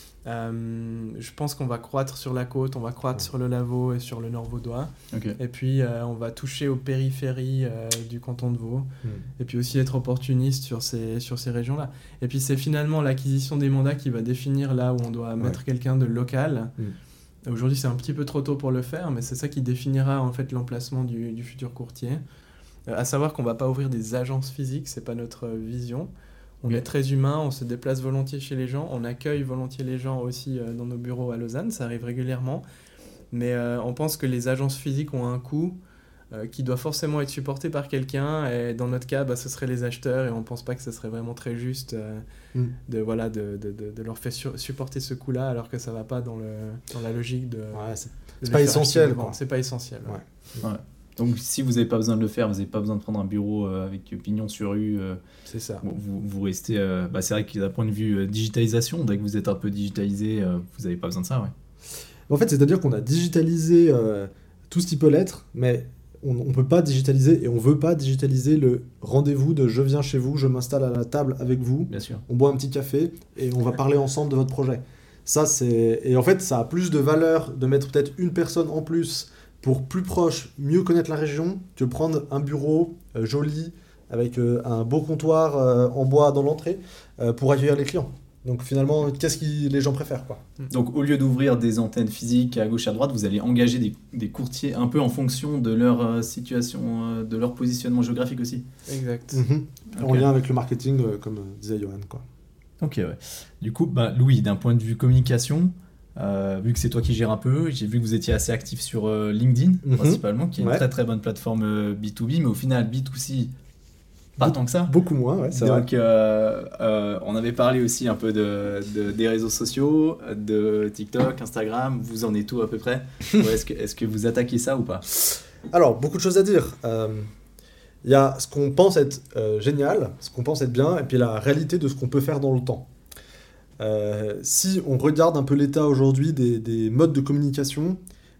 Euh, je pense qu'on va croître sur la côte, on va croître sur le Lavaux et sur le Nord vaudois. Okay. Et puis euh, on va toucher aux périphéries euh, du canton de Vaud. Mm. Et puis aussi être opportuniste sur ces, sur ces régions-là. Et puis c'est finalement l'acquisition des mandats qui va définir là où on doit ouais. mettre quelqu'un de local. Mm. Aujourd'hui c'est un petit peu trop tôt pour le faire, mais c'est ça qui définira en fait l'emplacement du, du futur courtier. Euh, à savoir qu'on ne va pas ouvrir des agences physiques, c'est pas notre vision. On est très humain, on se déplace volontiers chez les gens, on accueille volontiers les gens aussi euh, dans nos bureaux à Lausanne, ça arrive régulièrement. Mais euh, on pense que les agences physiques ont un coût euh, qui doit forcément être supporté par quelqu'un. Et dans notre cas, bah, ce seraient les acheteurs et on ne pense pas que ce serait vraiment très juste euh, mm. de, voilà, de, de, de, de leur faire sur, supporter ce coût-là alors que ça ne va pas dans, le, dans la logique de...
Ouais, c'est de c'est pas essentiel. Quoi.
C'est pas essentiel. Ouais.
Ouais. Ouais. Donc si vous n'avez pas besoin de le faire, vous n'avez pas besoin de prendre un bureau euh, avec pignon sur rue. Euh,
c'est ça.
Vous, vous restez... Euh, bah, c'est vrai que d'un point de vue euh, digitalisation, dès que vous êtes un peu digitalisé, euh, vous n'avez pas besoin de ça, ouais.
En fait, c'est-à-dire qu'on a digitalisé euh, tout ce qui peut l'être, mais on ne peut pas digitaliser et on ne veut pas digitaliser le rendez-vous de je viens chez vous, je m'installe à la table avec vous,
bien sûr.
On boit un petit café et on va parler ensemble de votre projet. Ça, c'est... Et en fait, ça a plus de valeur de mettre peut-être une personne en plus pour plus proche, mieux connaître la région, que prendre un bureau euh, joli avec euh, un beau comptoir euh, en bois dans l'entrée euh, pour accueillir les clients. Donc finalement, qu'est-ce que les gens préfèrent, quoi.
Donc au lieu d'ouvrir des antennes physiques à gauche à droite, vous allez engager des, des courtiers un peu en fonction de leur euh, situation, euh, de leur positionnement géographique aussi.
Exact.
Mm-hmm. Okay. En lien avec le marketing, euh, comme disait Johan, quoi.
Ok, ouais. Du coup, bah, Louis, d'un point de vue communication, Euh, vu que c'est toi qui gères un peu, j'ai vu que vous étiez assez actif sur euh, LinkedIn, mm-hmm. principalement, qui est ouais. une très très bonne plateforme euh, B deux B, mais au final B deux C, pas Be- tant que ça.
Beaucoup moins, ouais, c'est
Donc, euh, euh, on avait parlé aussi un peu de, de, des réseaux sociaux, de TikTok, Instagram, vous en êtes où à peu près? Ouais, est-ce que, est-ce que vous attaquez ça ou pas?
Alors, beaucoup de choses à dire. Il euh, y a ce qu'on pense être euh, génial, ce qu'on pense être bien, et puis la réalité de ce qu'on peut faire dans le temps. Euh, si on regarde un peu l'état aujourd'hui des, des modes de communication,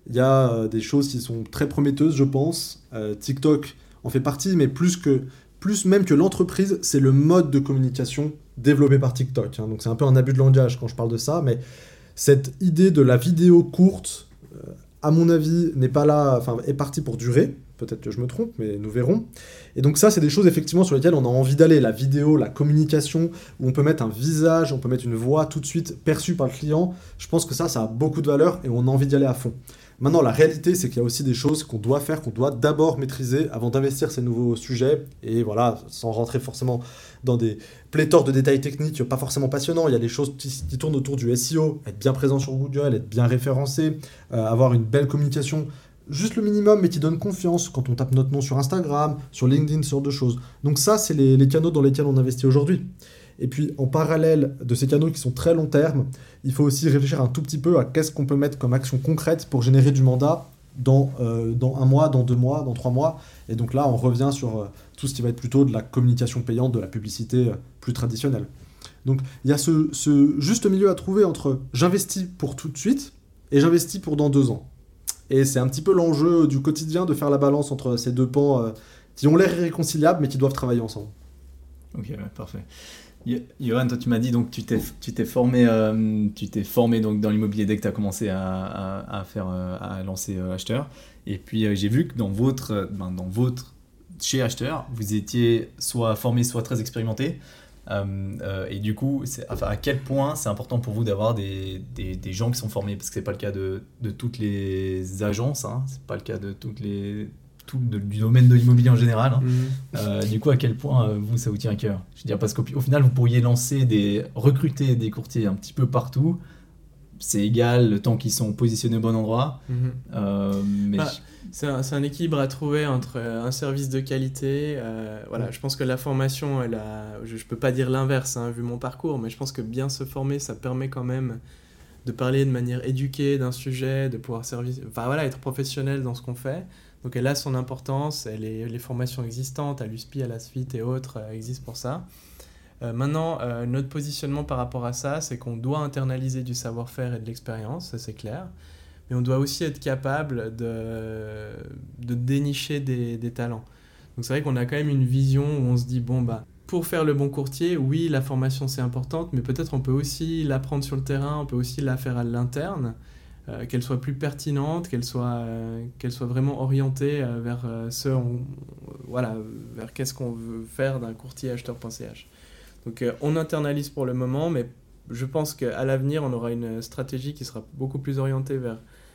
Il y a euh, des choses qui sont très prometteuses, je pense. Euh, TikTok en fait partie, mais plus, que, plus même que l'entreprise, c'est le mode de communication développé par TikTok. Hein. Donc c'est un peu un abus de langage quand je parle de ça, mais cette idée de la vidéo courte, euh, à mon avis, n'est pas là, enfin, est partie pour durer. Peut-être que je me trompe, mais nous verrons. Et donc ça, c'est des choses effectivement sur lesquelles on a envie d'aller. La vidéo, la communication, où on peut mettre un visage, on peut mettre une voix tout de suite perçue par le client. Je pense que ça, ça a beaucoup de valeur et on a envie d'y aller à fond. Maintenant, la réalité, c'est qu'il y a aussi des choses qu'on doit faire, qu'on doit d'abord maîtriser avant d'investir ces nouveaux sujets. Et voilà, sans rentrer forcément dans des pléthores de détails techniques pas forcément passionnants. Il y a des choses qui, qui tournent autour du S E O, être bien présent sur Google, être bien référencé, euh, avoir une belle communication. Juste le minimum, mais qui donne confiance quand on tape notre nom sur Instagram, sur LinkedIn, ce genre de choses. Donc ça, c'est les, les canaux dans lesquels on investit aujourd'hui. Et puis, en parallèle de ces canaux qui sont très long terme, il faut aussi réfléchir un tout petit peu à qu'est-ce qu'on peut mettre comme action concrète pour générer du mandat dans, euh, dans un mois, dans deux mois, dans trois mois. Et donc là, on revient sur euh, tout ce qui va être plutôt de la communication payante, de la publicité euh, plus traditionnelle. Donc, il y a ce, ce juste milieu à trouver entre j'investis pour tout de suite et j'investis pour dans deux ans. Et c'est un petit peu l'enjeu du quotidien de faire la balance entre ces deux pans euh, qui ont l'air irréconciliables, mais qui doivent travailler ensemble.
Ok, ouais, parfait. Johan, toi tu m'as dit donc tu t'es tu t'es formé euh, tu t'es formé donc dans l'immobilier dès que tu as commencé à, à, à faire euh, à lancer euh, Acheteur, et puis euh, j'ai vu que dans votre ben, dans votre chez Acheteur vous étiez soit formé soit très expérimenté, euh, euh, et du coup c'est, enfin, à quel point c'est important pour vous d'avoir des, des, des gens qui sont formés, parce que c'est pas le cas de, de toutes les agences, hein, c'est pas le cas de toutes les tout de, du domaine de l'immobilier en général, hein. Mmh. Euh, du coup, à quel point euh, vous, ça vous tient à cœur? Je veux dire, parce qu'au au final, vous pourriez lancer des, recruter des courtiers un petit peu partout. C'est égal le temps qu'ils sont positionnés au bon endroit. Mmh. Euh, mais
ah, c'est, un, c'est un équilibre à trouver entre un service de qualité. Euh, voilà, mmh. Je pense que la formation, elle a, je ne peux pas dire l'inverse, hein, vu mon parcours, mais je pense que bien se former, ça permet quand même de parler de manière éduquée d'un sujet, de pouvoir servir, enfin, voilà, être professionnel dans ce qu'on fait. Donc elle a son importance, elle est, les formations existantes, à l'U S P I, à la S F I T et autres euh, existent pour ça. Euh, maintenant, euh, notre positionnement par rapport à ça, c'est qu'on doit internaliser du savoir-faire et de l'expérience, ça c'est clair, mais on doit aussi être capable de, de dénicher des, des talents. Donc c'est vrai qu'on a quand même une vision où on se dit, bon bah, pour faire le bon courtier, oui, la formation c'est importante, mais peut-être on peut aussi l'apprendre sur le terrain, on peut aussi la faire à l'interne, Euh, qu'elle soit plus pertinente, qu'elle soit, euh, qu'elle soit vraiment orientée euh, vers euh, ce, on, voilà, vers qu'est-ce qu'on veut faire d'un courtier acheteur point c h. Donc euh, on internalise pour le moment, mais je pense qu'à l'avenir, on aura une stratégie qui sera beaucoup plus orientée vers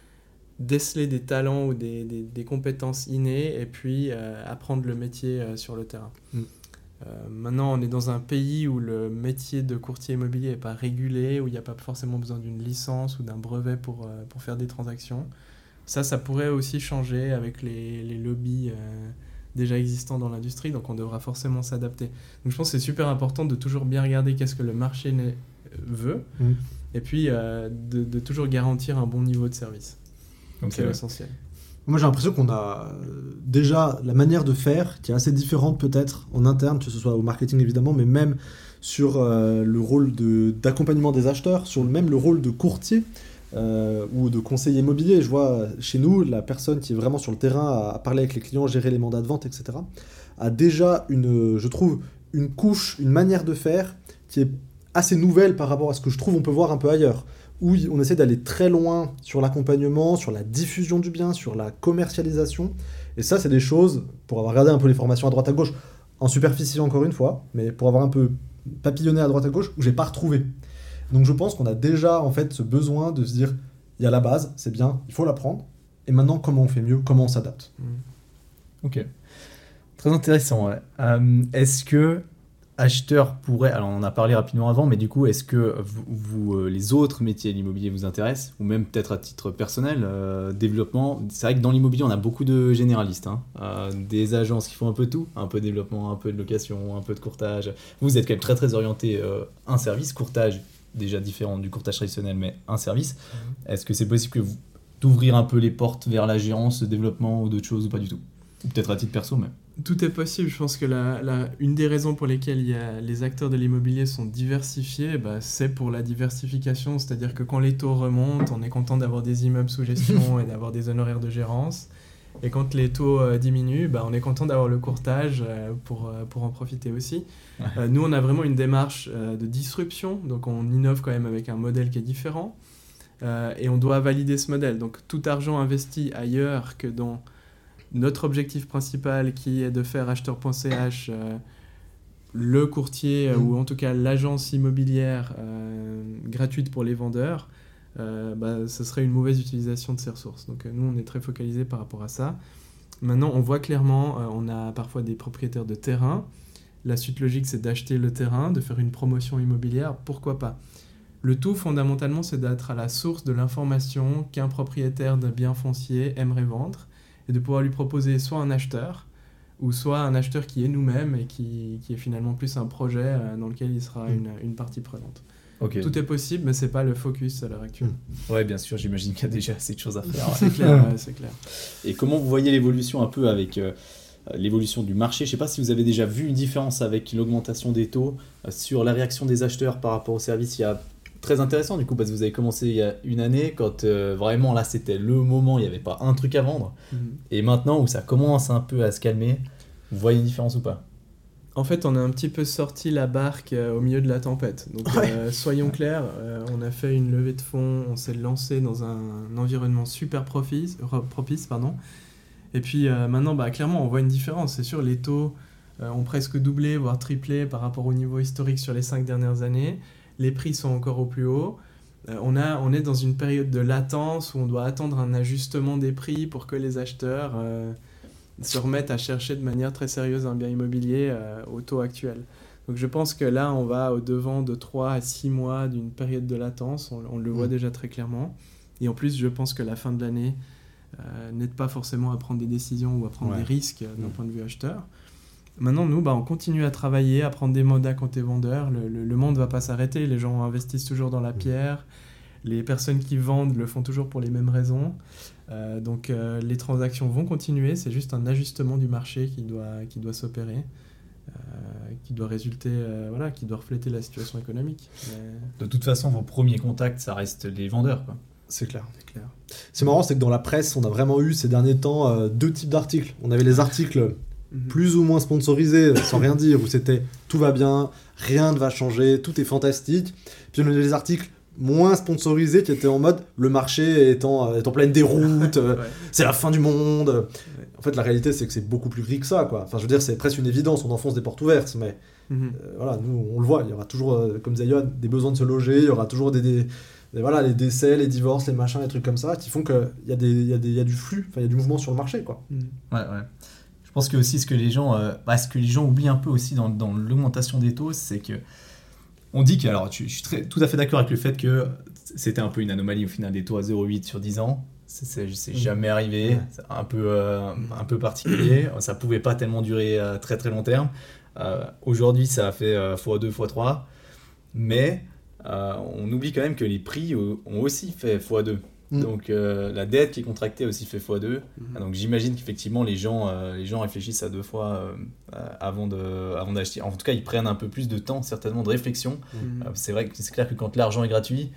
déceler des talents ou des, des, des compétences innées et puis euh, apprendre le métier euh, sur le terrain. Mm. Euh, maintenant, on est dans un pays où le métier de courtier immobilier n'est pas régulé, où il n'y a pas forcément besoin d'une licence ou d'un brevet pour, euh, pour faire des transactions. Ça, ça pourrait aussi changer avec les, les lobbies euh, déjà existants dans l'industrie, donc on devra forcément s'adapter. Donc je pense que c'est super important de toujours bien regarder qu'est-ce que le marché veut, mmh. et puis euh, de, de toujours garantir un bon niveau de service. Donc c'est l'essentiel.
Moi, j'ai l'impression qu'on a déjà la manière de faire qui est assez différente peut-être en interne, que ce soit au marketing évidemment, mais même sur euh, le rôle de, d'accompagnement des acheteurs, sur même le rôle de courtier euh, ou de conseiller immobilier. Je vois chez nous, la personne qui est vraiment sur le terrain à, à parler avec les clients, gérer les mandats de vente, et cetera, a déjà, une, je trouve, une couche, une manière de faire qui est assez nouvelle par rapport à ce que je trouve on peut voir un peu ailleurs, où on essaie d'aller très loin sur l'accompagnement, sur la diffusion du bien, sur la commercialisation. Et ça, c'est des choses, pour avoir regardé un peu les formations à droite à gauche, en superficie encore une fois, mais pour avoir un peu papillonné à droite à gauche, où j'ai pas retrouvé. Donc je pense qu'on a déjà en fait ce besoin de se dire, il y a la base, c'est bien, il faut l'apprendre, et maintenant comment on fait mieux, comment on s'adapte.
Ok. Très intéressant, ouais. Euh, est-ce que Acheteur pourrait, alors on en a parlé rapidement avant, mais du coup, est-ce que vous, vous euh, les autres métiers de l'immobilier vous intéressent, ou même peut-être à titre personnel, euh, développement? C'est vrai que dans l'immobilier, on a beaucoup de généralistes, hein, euh, des agences qui font un peu tout, un peu de développement, un peu de location, un peu de courtage. Vous êtes quand même très très orienté euh, un service, courtage, déjà différent du courtage traditionnel, mais un service. Mmh. Est-ce que c'est possible que vous d'ouvrir un peu les portes vers la gérance, le développement ou d'autres choses, ou pas du tout? Ou peut-être à titre perso, mais...
Tout est possible. Je pense que la, la, une des raisons pour lesquelles il y a, les acteurs de l'immobilier sont diversifiés, bah, c'est pour la diversification. C'est-à-dire que quand les taux remontent, on est content d'avoir des immeubles sous gestion et d'avoir des honoraires de gérance. Et quand les taux euh, diminuent, bah, on est content d'avoir le courtage euh, pour, euh, pour en profiter aussi. Ouais. Euh, nous, on a vraiment une démarche euh, de disruption. Donc, on innove quand même avec un modèle qui est différent. Euh, et on doit valider ce modèle. Donc, tout argent investi ailleurs que dans notre objectif principal, qui est de faire acheteur point c h euh, le courtier, mmh. ou en tout cas l'agence immobilière euh, gratuite pour les vendeurs, euh, bah, ce serait une mauvaise utilisation de ces ressources. Donc euh, nous, on est très focalisés par rapport à ça. Maintenant, on voit clairement, euh, on a parfois des propriétaires de terrain. La suite logique, c'est d'acheter le terrain, de faire une promotion immobilière, pourquoi pas. Le tout, fondamentalement, c'est d'être à la source de l'information qu'un propriétaire d'un bien foncier aimerait vendre, et de pouvoir lui proposer soit un acheteur, ou soit un acheteur qui est nous-mêmes et qui, qui est finalement plus un projet euh, dans lequel il sera une, une partie prenante. Okay. Tout est possible, mais ce n'est pas le focus à l'heure actuelle.
Oui, bien sûr, j'imagine qu'il y a déjà assez de choses à faire.
c'est clair, ouais, c'est clair.
Et comment vous voyez l'évolution un peu avec euh, l'évolution du marché ? Je ne sais pas si vous avez déjà vu une différence avec l'augmentation des taux euh, sur la réaction des acheteurs par rapport au service. Il y a très intéressant du coup, parce que vous avez commencé il y a une année quand euh, vraiment là c'était le moment, il n'y avait pas un truc à vendre, mmh. et maintenant où ça commence un peu à se calmer, vous voyez une différence ou pas ?
En fait, on a un petit peu sorti la barque euh, au milieu de la tempête, donc ouais. euh, soyons clairs, euh, on a fait une levée de fonds, on s'est lancé dans un, un environnement super propice, propice pardon. Et puis euh, maintenant bah, clairement on voit une différence, c'est sûr, les taux euh, ont presque doublé voire triplé par rapport au niveau historique sur les cinq dernières années. Les prix sont encore au plus haut. Euh, on, a, on est dans une période de latence où on doit attendre un ajustement des prix pour que les acheteurs euh, se remettent à chercher de manière très sérieuse un bien immobilier euh, au taux actuel. Donc je pense que là, on va au-devant de trois à six mois d'une période de latence. On, on le voit mmh. déjà très clairement. Et en plus, je pense que la fin de l'année euh, n'aide pas forcément à prendre des décisions ou à prendre ouais. des risques euh, d'un mmh. point de vue acheteur. Maintenant, nous, bah, on continue à travailler, à prendre des mandats quand t'es vendeur. Le, le, le monde ne va pas s'arrêter. Les gens investissent toujours dans la pierre. Les personnes qui vendent le font toujours pour les mêmes raisons. Euh, donc, euh, les transactions vont continuer. C'est juste un ajustement du marché qui doit, qui doit s'opérer, euh, qui doit résulter, euh, voilà, qui doit refléter la situation économique.
Mais... De toute façon, vos premiers contacts, ça reste les vendeurs, quoi.
C'est clair. C'est clair. C'est marrant, c'est que dans la presse, on a vraiment eu ces derniers temps euh, deux types d'articles. On avait les articles... plus ou moins sponsorisé, sans rien dire, où c'était tout va bien, rien ne va changer, tout est fantastique. Puis on a des articles moins sponsorisés qui étaient en mode le marché est en, est en pleine déroute, ouais. c'est la fin du monde. Ouais. En fait, la réalité, c'est que c'est beaucoup plus gris que ça, quoi. Enfin, je veux dire, c'est presque une évidence, on enfonce des portes ouvertes, mais mm-hmm. euh, voilà, nous, on le voit, il y aura toujours, euh, comme disait Johan, des besoins de se loger, il y aura toujours des, des, des, voilà, les décès, les divorces, les machins, les trucs comme ça, qui font qu'il y a, des, y a, des, y a du flux, il y a du mouvement sur le marché, quoi.
Mm. Ouais, ouais. Je pense que aussi ce que les gens, euh, bah, ce que les gens oublient un peu aussi dans, dans l'augmentation des taux, c'est que on dit que, alors je, je suis très, tout à fait d'accord avec le fait que c'était un peu une anomalie au final des taux à zéro virgule huit sur dix ans, c'est, c'est, c'est jamais arrivé, ouais. c'est un peu, euh, un peu particulier, ça pouvait pas tellement durer à très très long terme. Euh, aujourd'hui ça a fait euh, fois deux, fois trois, mais euh, on oublie quand même que les prix ont aussi fait fois deux. Mmh. Donc euh, la dette qui est contractée aussi fait fois deux. Mmh. Donc j'imagine qu'effectivement les gens, euh, les gens réfléchissent à deux fois euh, avant, de, avant d'acheter. En tout cas, ils prennent un peu plus de temps, certainement, de réflexion. Mmh. Euh, c'est vrai que c'est clair que quand l'argent est gratuit,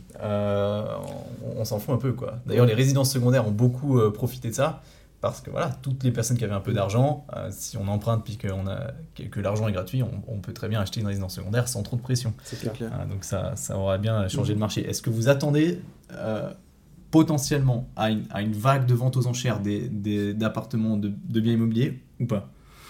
euh, on, on s'en fout un peu, quoi. D'ailleurs, les résidences secondaires ont beaucoup euh, profité de ça. Parce que voilà, toutes les personnes qui avaient un peu d'argent, euh, si on emprunte puis qu'on a, que, que l'argent est gratuit, on, on peut très bien acheter une résidence secondaire sans trop de pression.
C'est clair.
Euh, donc ça, ça aura bien changé mmh. le marché. Est-ce que vous attendez euh, potentiellement à une, à une vague de vente aux enchères des, des, d'appartements, de, de biens immobiliers ou pas ?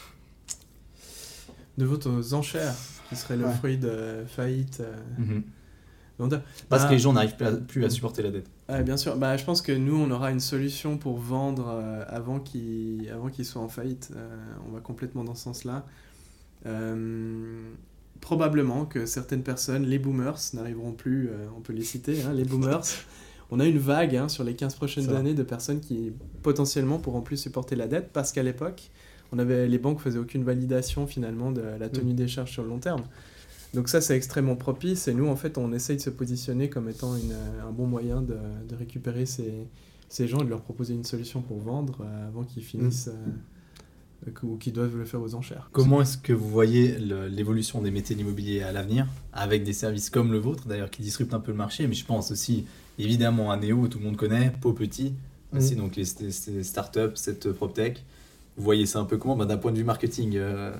De vente aux enchères, qui serait le ouais. fruit de faillite. Euh... Mm-hmm.
Donc, Parce bah, que les gens n'arrivent plus à, plus à supporter la dette.
Ouais, bien sûr. Bah, je pense que nous, on aura une solution pour vendre euh, avant qu'ils avant qu'ils soient en faillite. Euh, on va complètement dans ce sens-là. Euh, probablement que certaines personnes, les boomers, n'arriveront plus, euh, on peut les citer, hein, les boomers. On a une vague hein, sur les quinze prochaines Ça. années de personnes qui potentiellement pourront plus supporter la dette parce qu'à l'époque, on avait, les banques ne faisaient aucune validation finalement de la tenue mmh. des charges sur le long terme. Donc ça, c'est extrêmement propice et nous, en fait, on essaye de se positionner comme étant une, un bon moyen de, de récupérer ces, ces gens et de leur proposer une solution pour vendre euh, avant qu'ils finissent mmh. euh, ou qui doivent le faire aux enchères.
Comment est-ce que vous voyez le, l'évolution des métiers de l'immobilier à l'avenir, avec des services comme le vôtre, d'ailleurs, qui disruptent un peu le marché, mais je pense aussi, évidemment, à Néo, tout le monde connaît, Pau Petit,
Mmh.
aussi, donc les, les startups, cette PropTech. Vous voyez ça un peu comment, bah, d'un point de vue marketing euh,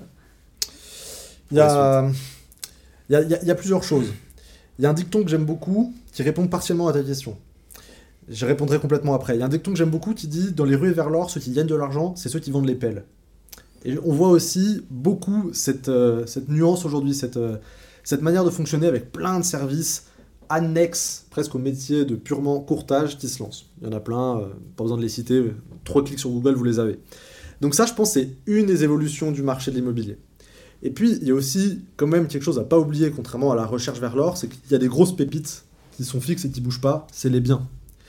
Il y a, il y, a, il y, a, il y a plusieurs choses. Il y a un dicton que j'aime beaucoup qui répond partiellement à ta question. Je répondrai complètement après. Il y a un dicton que j'aime beaucoup qui dit « Dans les rues et vers l'or, ceux qui gagnent de l'argent, c'est ceux qui vendent les pelles ». Et on voit aussi beaucoup cette, euh, cette nuance aujourd'hui, cette, euh, cette manière de fonctionner avec plein de services annexes presque au métier de purement courtage qui se lancent. Il y en a plein, euh, pas besoin de les citer, trois clics sur Google, vous les avez. Donc ça, je pense, c'est une des évolutions du marché de l'immobilier. Et puis, il y a aussi quand même quelque chose à pas oublier, contrairement à la recherche vers l'or, c'est qu'il y a des grosses pépites qui sont fixes et qui bougent pas, c'est les biens.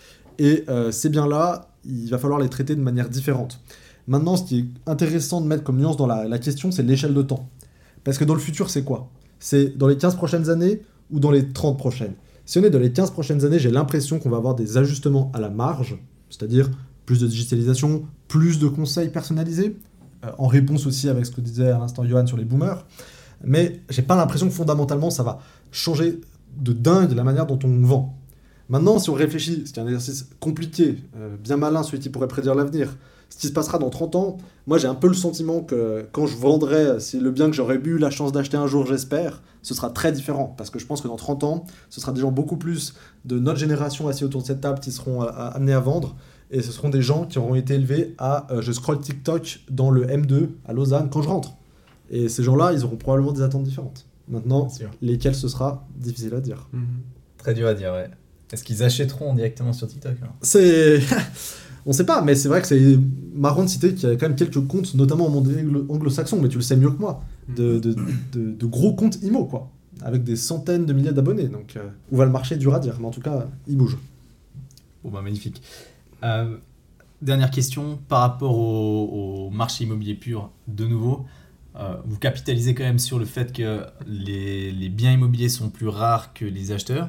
Et euh, ces biens-là, il va falloir les traiter de manière différente. Maintenant, ce qui est intéressant de mettre comme nuance dans la, la question, c'est l'échelle de temps. Parce que dans le futur, c'est quoi ? C'est dans les quinze prochaines années ou dans les trente prochaines ? Si on est dans les quinze prochaines années, j'ai l'impression qu'on va avoir des ajustements à la marge, c'est-à-dire plus de digitalisation, plus de conseils personnalisés, euh, en réponse aussi avec ce que disait à l'instant Johan sur les boomers. Mais j'ai pas l'impression que fondamentalement, ça va changer de dingue la manière dont on vend. Maintenant, si on réfléchit, c'est un exercice compliqué, euh, bien malin, celui qui pourrait prédire l'avenir, ce qui se passera dans trente ans, moi j'ai un peu le sentiment que quand je vendrai, c'est le bien que j'aurais eu la chance d'acheter un jour, j'espère, ce sera très différent. Parce que je pense que dans trente ans, ce sera des gens beaucoup plus de notre génération assis autour de cette table qui seront à, à, amenés à vendre. Et ce seront des gens qui auront été élevés à euh, je scroll TikTok dans le M deux à Lausanne quand je rentre. Et ces gens-là, ils auront probablement des attentes différentes. Maintenant, lesquelles ce sera, difficile à dire.
Mmh. Très dur à dire, ouais. Est-ce qu'ils achèteront directement sur TikTok alors ?
C'est... On sait pas, mais c'est vrai que c'est marrant de citer qu'il y a quand même quelques comptes, notamment au monde anglo-saxon, mais tu le sais mieux que moi, de, de, de, de gros comptes immo, quoi, avec des centaines de milliers d'abonnés. Donc, euh, où va le marché, dur à dire, mais en tout cas, il bouge.
Bon, bah magnifique. Euh, dernière question, par rapport au, au marché immobilier pur, de nouveau, euh, vous capitalisez quand même sur le fait que les, les biens immobiliers sont plus rares que les acheteurs.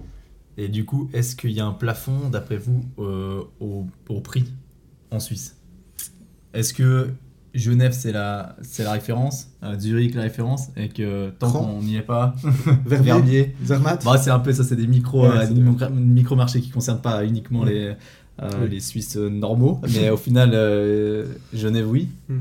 Et du coup, est-ce qu'il y a un plafond, d'après vous, euh, au, au prix en Suisse ? Est-ce que Genève, c'est la, c'est la référence, euh, Zurich, la référence, et que tant Cran. qu'on n'y est pas,
Verbier, Zermatt,
bah, c'est un peu ça, c'est des micro,
ouais,
euh,
c'est
micro, micro marchés qui ne concernent pas uniquement ouais. les, euh, oui. les Suisses normaux, mais au final, euh, Genève, oui.
Mm-hmm.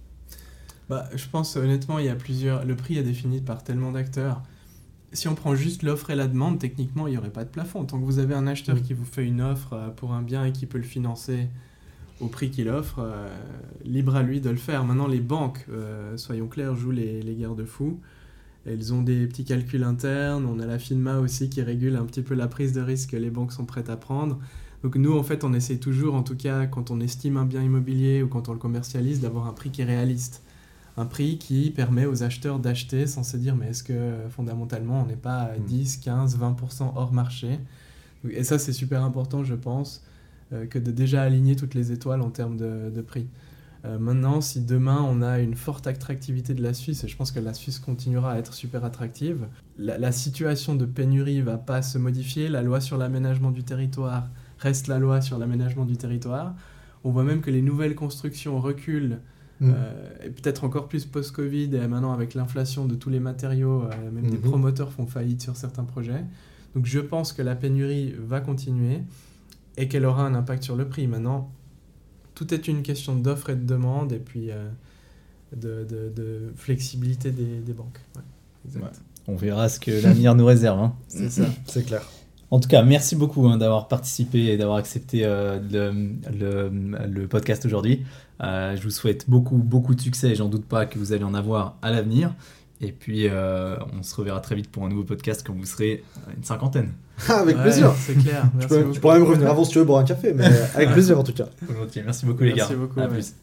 Bah, je pense honnêtement, il y a plusieurs. Le prix est défini par tellement d'acteurs. Si on prend juste l'offre et la demande, techniquement, il n'y aurait pas de plafond. Tant que vous avez un acheteur mmh. qui vous fait une offre pour un bien et qui peut le financer au prix qu'il offre, euh, libre à lui de le faire. Maintenant, les banques, euh, soyons clairs, jouent les, les garde-fous. Elles ont des petits calculs internes. On a la FINMA aussi qui régule un petit peu la prise de risque que les banques sont prêtes à prendre. Donc nous, en fait, on essaie toujours, en tout cas, quand on estime un bien immobilier ou quand on le commercialise, d'avoir un prix qui est réaliste. Un prix qui permet aux acheteurs d'acheter sans se dire mais est-ce que fondamentalement on n'est pas à dix, quinze, vingt pour cent hors marché. Et ça c'est super important je pense euh, que de déjà aligner toutes les étoiles en termes de, de prix. Euh, maintenant si demain on a une forte attractivité de la Suisse, et je pense que la Suisse continuera à être super attractive, la, la situation de pénurie va pas se modifier, la loi sur l'aménagement du territoire reste la loi sur l'aménagement du territoire. On voit même que les nouvelles constructions reculent. Mmh. Euh, et peut-être encore plus post-Covid et maintenant avec l'inflation de tous les matériaux, euh, même mmh. des promoteurs font faillite sur certains projets. Donc je pense que la pénurie va continuer et qu'elle aura un impact sur le prix. Maintenant, tout est une question d'offre et de demande et puis euh, de, de, de flexibilité des, des banques. Ouais, exact.
Ouais. On verra ce que l'avenir nous réserve. Hein.
C'est ça, c'est clair.
En tout cas, merci beaucoup hein, d'avoir participé et d'avoir accepté euh, le, le, le podcast aujourd'hui. Euh, je vous souhaite beaucoup, beaucoup de succès et j'en doute pas que vous allez en avoir à l'avenir. Et puis, euh, on se reverra très vite pour un nouveau podcast quand vous serez une cinquantaine.
Avec
ouais,
plaisir.
C'est clair.
Tu, peux, tu pourras même revenir avant si tu veux boire un café, mais avec plaisir en tout cas.
Volontiers. Merci beaucoup les
merci
gars.
Beaucoup,
à
ouais.
plus.